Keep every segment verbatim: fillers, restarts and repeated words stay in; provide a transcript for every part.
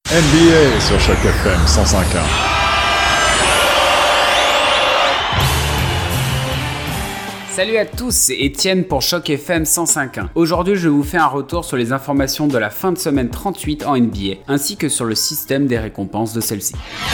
N B A sur Choc F M cent cinq point un. Salut à tous, c'est Étienne pour Choc F M cent cinq point un. Aujourd'hui, je vous fais un retour sur les informations de la fin de semaine trente-huit en N B A, ainsi que sur le système des récompenses de celle-ci.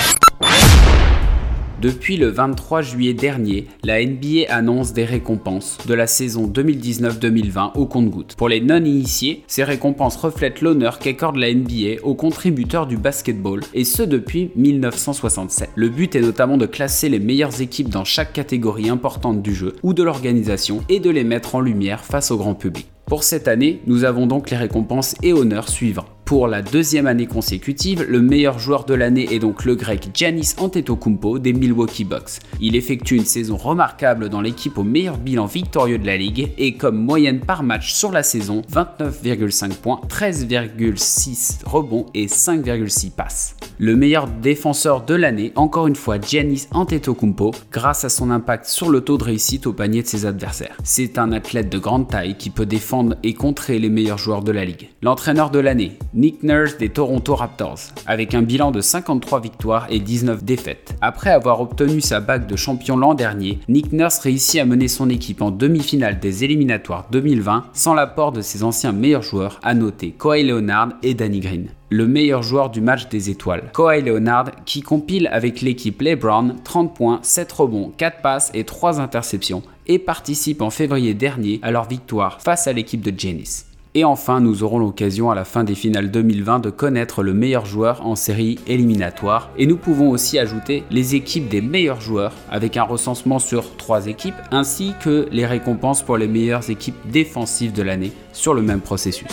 Depuis le vingt-trois juillet dernier, la N B A annonce des récompenses de la saison deux mille dix-neuf deux mille vingt au compte-gouttes. Pour les non-initiés, ces récompenses reflètent l'honneur qu'accorde la N B A aux contributeurs du basketball, et ce depuis mille neuf cent soixante-sept. Le but est notamment de classer les meilleures équipes dans chaque catégorie importante du jeu ou de l'organisation et de les mettre en lumière face au grand public. Pour cette année, nous avons donc les récompenses et honneurs suivants. Pour la deuxième année consécutive, le meilleur joueur de l'année est donc le grec Giannis Antetokounmpo des Milwaukee Bucks. Il effectue une saison remarquable dans l'équipe au meilleur bilan victorieux de la ligue et comme moyenne par match sur la saison, vingt-neuf virgule cinq points, treize virgule six rebonds et cinq virgule six passes. Le meilleur défenseur de l'année, encore une fois Giannis Antetokounmpo, grâce à son impact sur le taux de réussite au panier de ses adversaires. C'est un athlète de grande taille qui peut défendre et contrer les meilleurs joueurs de la ligue. L'entraîneur de l'année, Nick Nurse des Toronto Raptors, avec un bilan de cinquante-trois victoires et dix-neuf défaites. Après avoir obtenu sa bague de champion l'an dernier, Nick Nurse réussit à mener son équipe en demi-finale des éliminatoires deux mille vingt sans l'apport de ses anciens meilleurs joueurs, à noter Kawhi Leonard et Danny Green. Le meilleur joueur du match des étoiles, Kawhi Leonard, qui compile avec l'équipe LeBron trente points, sept rebonds, quatre passes et trois interceptions, et participe en février dernier à leur victoire face à l'équipe de Giannis. Et enfin, nous aurons l'occasion à la fin des finales deux mille vingt de connaître le meilleur joueur en série éliminatoire. Et nous pouvons aussi ajouter les équipes des meilleurs joueurs avec un recensement sur trois équipes, ainsi que les récompenses pour les meilleures équipes défensives de l'année sur le même processus.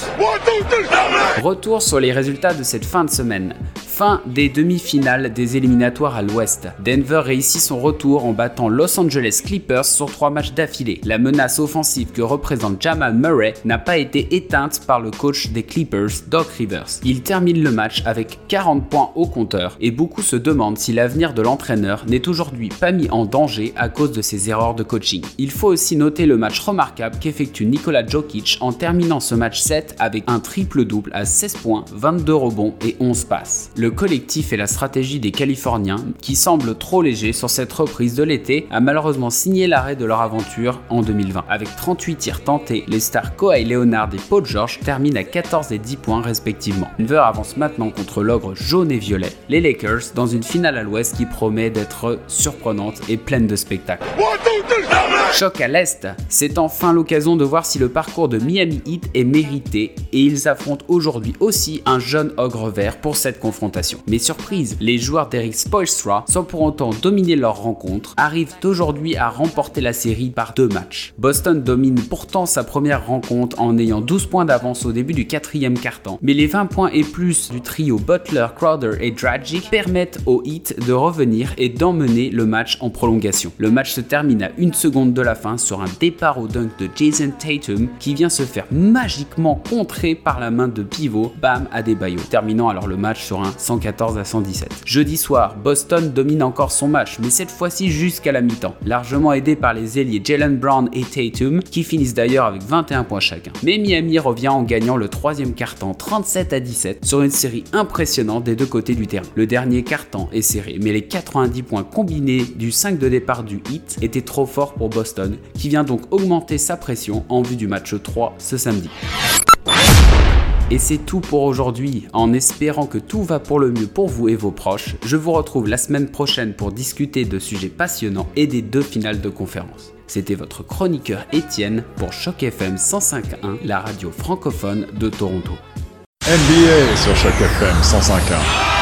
Retour sur les résultats de cette fin de semaine. Fin des demi-finales des éliminatoires à l'ouest. Denver réussit son retour en battant Los Angeles Clippers sur trois matchs d'affilée. La menace offensive que représente Jamal Murray n'a pas été éteinte par le coach des Clippers, Doc Rivers. Il termine le match avec quarante points au compteur et beaucoup se demandent si l'avenir de l'entraîneur n'est aujourd'hui pas mis en danger à cause de ses erreurs de coaching. Il faut aussi noter le match remarquable qu'effectue Nikola Jokic en terminant ce match sept avec un triple-double à seize points, vingt-deux rebonds et onze passes. Le collectif et la stratégie des Californiens, qui semblent trop légers sur cette reprise de l'été, a malheureusement signé l'arrêt de leur aventure en deux mille vingt. Avec trente-huit tirs tentés, les stars Kawhi Leonard et Paul George terminent à quatorze et dix points respectivement. Denver avance maintenant contre l'ogre jaune et violet, les Lakers, dans une finale à l'ouest qui promet d'être surprenante et pleine de spectacles. Choc à l'Est, c'est enfin l'occasion de voir si le parcours de Miami Heat est mérité et ils affrontent aujourd'hui aussi un jeune ogre vert pour cette confrontation. Mais surprise, les joueurs d'Eric Spoelstra, sans pour autant dominer leur rencontre, arrivent aujourd'hui à remporter la série par deux matchs. Boston domine pourtant sa première rencontre en ayant douze points d'avance au début du quatrième quart-temps, mais les vingt points et plus du trio Butler, Crowder et Dragic permettent au Heat de revenir et d'emmener le match en prolongation. Le match se termine à une seconde de la fin sur un départ au dunk de Jason Tatum qui vient se faire magiquement contrer par la main de pivot Bam Adebayo, terminant alors le match sur un cent quatorze à cent dix-sept. Jeudi soir, Boston domine encore son match, mais cette fois-ci jusqu'à la mi-temps, largement aidé par les ailiers Jaylen Brown et Tatum, qui finissent d'ailleurs avec vingt et un points chacun. Mais Miami revient en gagnant le troisième quart-temps trente-sept à dix-sept sur une série impressionnante des deux côtés du terrain. Le dernier quart-temps est serré, mais les quatre-vingt-dix points combinés du cinq de départ du Heat étaient trop forts pour Boston, qui vient donc augmenter sa pression en vue du match trois ce samedi. Et c'est tout pour aujourd'hui. En espérant que tout va pour le mieux pour vous et vos proches, je vous retrouve la semaine prochaine pour discuter de sujets passionnants et des deux finales de conférence. C'était votre chroniqueur Étienne pour Choc F M cent cinq point un, la radio francophone de Toronto. N B A sur Choc F M cent cinq point un.